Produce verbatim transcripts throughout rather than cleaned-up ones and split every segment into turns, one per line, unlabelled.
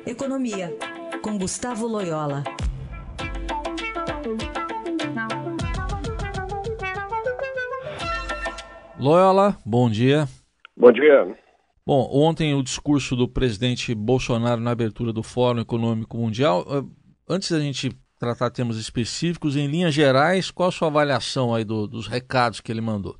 Economia, com Gustavo Loyola.
Loyola, bom dia.
Bom dia.
Bom, ontem o discurso do presidente Bolsonaro na abertura do Fórum Econômico Mundial. Antes da gente tratar temas específicos, em linhas gerais, qual a sua avaliação aí do, dos recados que ele mandou?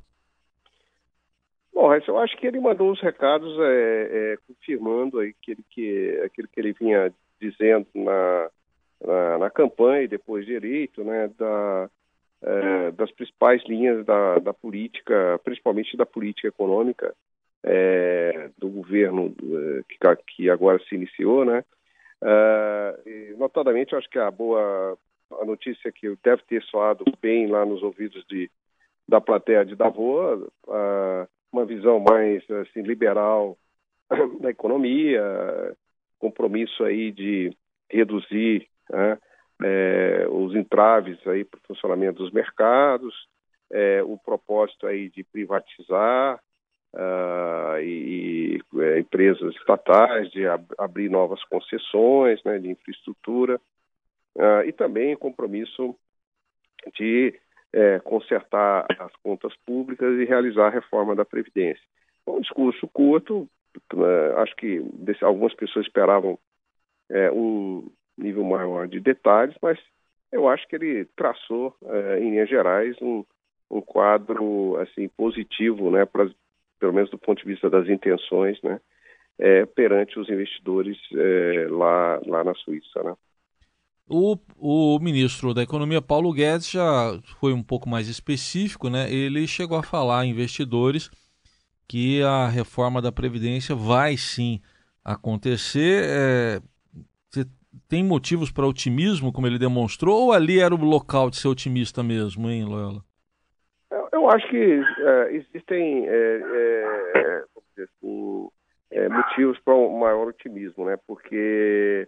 Bom, eu acho que ele mandou os recados é, é, confirmando aí aquilo que, aquilo que ele vinha dizendo na, na, na campanha e depois de eleito, né, da, é, das principais linhas da, da política, principalmente da política econômica é, do governo que, que agora se iniciou, né? É, e, notadamente, eu acho que a boa a notícia que deve ter soado bem lá nos ouvidos de, da plateia de Davos, a, uma visão mais assim, liberal da economia, compromisso aí de reduzir né, é, os entraves aí para o funcionamento dos mercados, é, o propósito aí de privatizar uh, e, e é, empresas estatais, de ab abrir novas concessões né, de infraestrutura uh, e também o compromisso de É, consertar as contas públicas e realizar a reforma da Previdência. Um discurso curto, né, acho que desse, algumas pessoas esperavam é, um nível maior de detalhes, mas eu acho que ele traçou, é, em linhas gerais, um, um quadro assim, positivo, né, pra, pelo menos do ponto de vista das intenções, né, é, perante os investidores é, lá, lá na Suíça, né.
O, o ministro da Economia, Paulo Guedes, já foi um pouco mais específico, né? Ele chegou a falar a investidores que a reforma da Previdência vai sim acontecer. É, você tem motivos para otimismo, como ele demonstrou, ou ali era o local de ser otimista mesmo, hein, Loyola?
Eu, eu acho que é, existem é, é, vamos dizer assim, é, motivos para um maior otimismo, né? Porque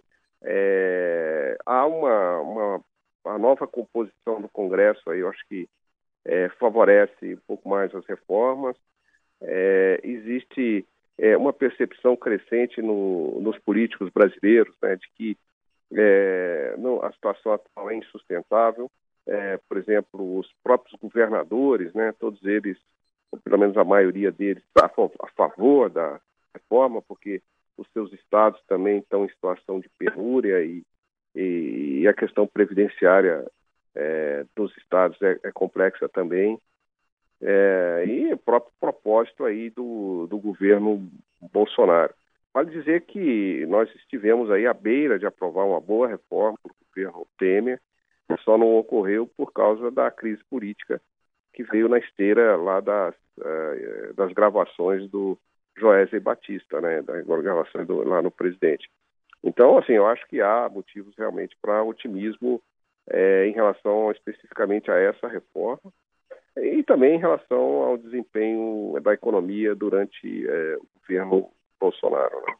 É, há uma, uma, uma nova composição do Congresso, aí eu acho que é, favorece um pouco mais as reformas. É, existe é, uma percepção crescente no, nos políticos brasileiros né, de que é, não, a situação atual é insustentável. É, por exemplo, os próprios governadores, né, todos eles, ou pelo menos a maioria deles, está a favor da reforma, porque os seus estados também estão em situação de penúria e, e, e a questão previdenciária é, dos estados é, é complexa também. É, e o próprio propósito aí do, do governo Bolsonaro. Vale dizer que nós estivemos aí à beira de aprovar uma boa reforma do governo Temer, só não ocorreu por causa da crise política que veio na esteira lá das, uh, das gravações do Joesley Batista, né, das gravações do, lá no presidente. Então, assim, eu acho que há motivos realmente para otimismo é, em relação especificamente a essa reforma e também em relação ao desempenho da economia durante é, o governo Bolsonaro. Né?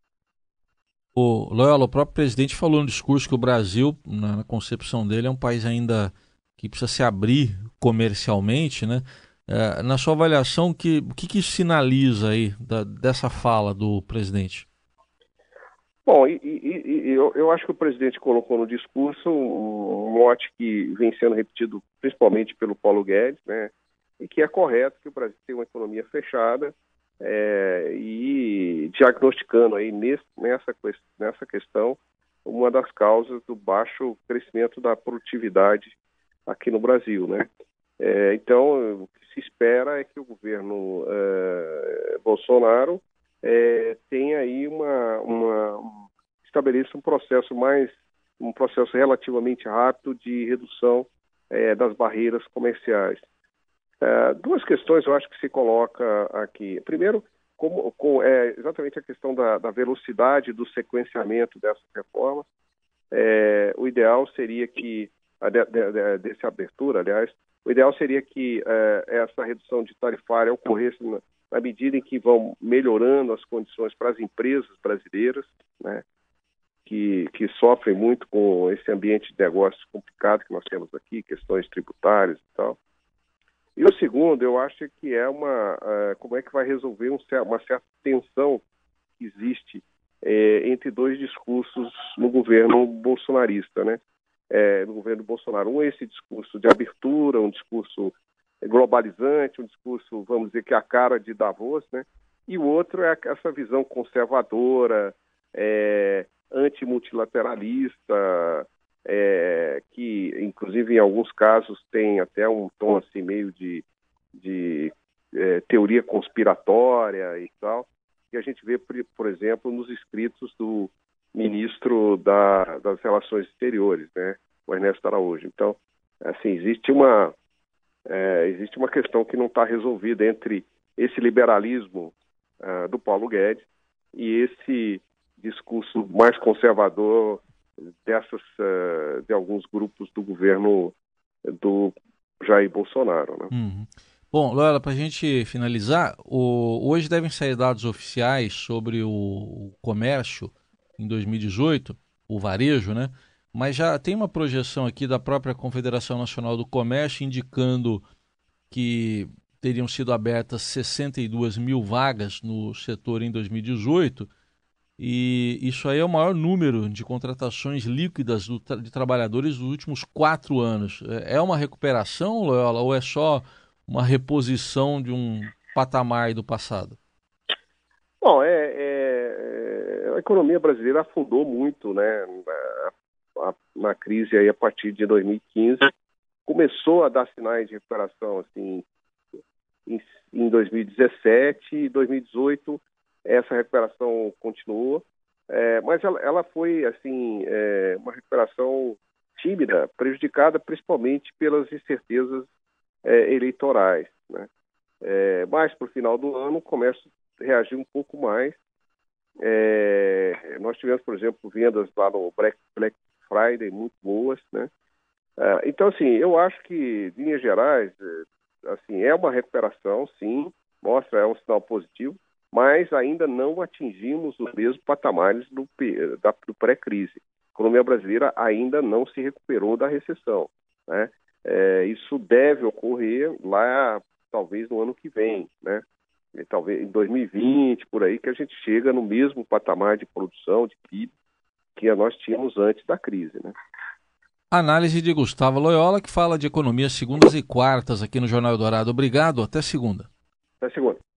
O Loyola, o próprio presidente falou no discurso que o Brasil, na concepção dele, é um país ainda que precisa se abrir comercialmente, né? É, na sua avaliação, que, o que, que isso sinaliza aí da, dessa fala do presidente?
Bom, e, e, e eu, eu acho que o presidente colocou no discurso um, um mote que vem sendo repetido principalmente pelo Paulo Guedes, né? E que é correto que o Brasil tenha uma economia fechada é, e diagnosticando aí nesse, nessa, nessa questão uma das causas do baixo crescimento da produtividade aqui no Brasil, né? É, então, o que se espera é que o governo é, Bolsonaro é, tenha aí uma, uma um, estabeleça um processo mais, um processo relativamente rápido de redução é, das barreiras comerciais. É, duas questões eu acho que se coloca aqui. Primeiro, como, com, é exatamente a questão da, da velocidade do sequenciamento dessas reformas. É, o ideal seria que, de, de, de, dessa abertura, aliás, o ideal seria que é, essa redução de tarifária ocorresse na, na medida em que vão melhorando as condições para as empresas brasileiras, né, que, que sofrem muito com esse ambiente de negócios complicado que nós temos aqui, questões tributárias e tal. E o segundo, eu acho que é uma, uh, como é que vai resolver um, uma certa tensão que existe é, entre dois discursos no governo bolsonarista, né? É, no governo Bolsonaro. Um é esse discurso de abertura, um discurso globalizante, um discurso, vamos dizer, que é a cara de Davos, né? E o outro é essa visão conservadora, é, antimultilateralista, é, que, inclusive, em alguns casos tem até um tom assim meio de, de é, teoria conspiratória e tal, que a gente vê, por, por exemplo, nos escritos do ministro da, das Relações Exteriores, né, o Ernesto Araújo. Então, assim, existe uma, é, existe uma questão que não está resolvida entre esse liberalismo uh, do Paulo Guedes e esse discurso mais conservador dessas, uh, de alguns grupos do governo do Jair Bolsonaro, né?
Uhum. Bom, Loyola, para a gente finalizar, o... hoje devem sair dados oficiais sobre o comércio em dois mil e dezoito, o varejo, né? Mas já tem uma projeção aqui da própria Confederação Nacional do Comércio indicando que teriam sido abertas sessenta e duas mil vagas no setor em dois mil e dezoito, e isso aí é o maior número de contratações líquidas do, de trabalhadores dos últimos quatro anos. É uma recuperação, Loyola, ou é só uma reposição de um patamar do passado?
Bom, é, é, a economia brasileira afundou muito, né, na, na crise aí a partir de dois mil e quinze. Começou a dar sinais de recuperação assim, em, em dois mil e dezessete e dois mil e dezoito. Essa recuperação continuou, é, mas ela, ela foi assim, é, uma recuperação tímida, prejudicada principalmente pelas incertezas é, eleitorais, né? É, mas para o final do ano o comércio reagiu um pouco mais. É, nós tivemos, por exemplo, vendas lá no Black, Black Friday muito boas, né? É, então, assim, eu acho que, em linhas gerais, é, assim, é uma recuperação, sim, mostra, é um sinal positivo, mas ainda não atingimos os mesmos patamares do, da, do pré-crise. A economia brasileira ainda não se recuperou da recessão, né? É, isso deve ocorrer lá, talvez, no ano que vem, né? E talvez em dois mil e vinte, por aí, que a gente chega no mesmo patamar de produção, de P I B, que nós tínhamos antes da crise, né?
Análise de Gustavo Loyola, que fala de economia segundas e quartas aqui no Jornal Eldorado. Obrigado, até segunda.
Até segunda.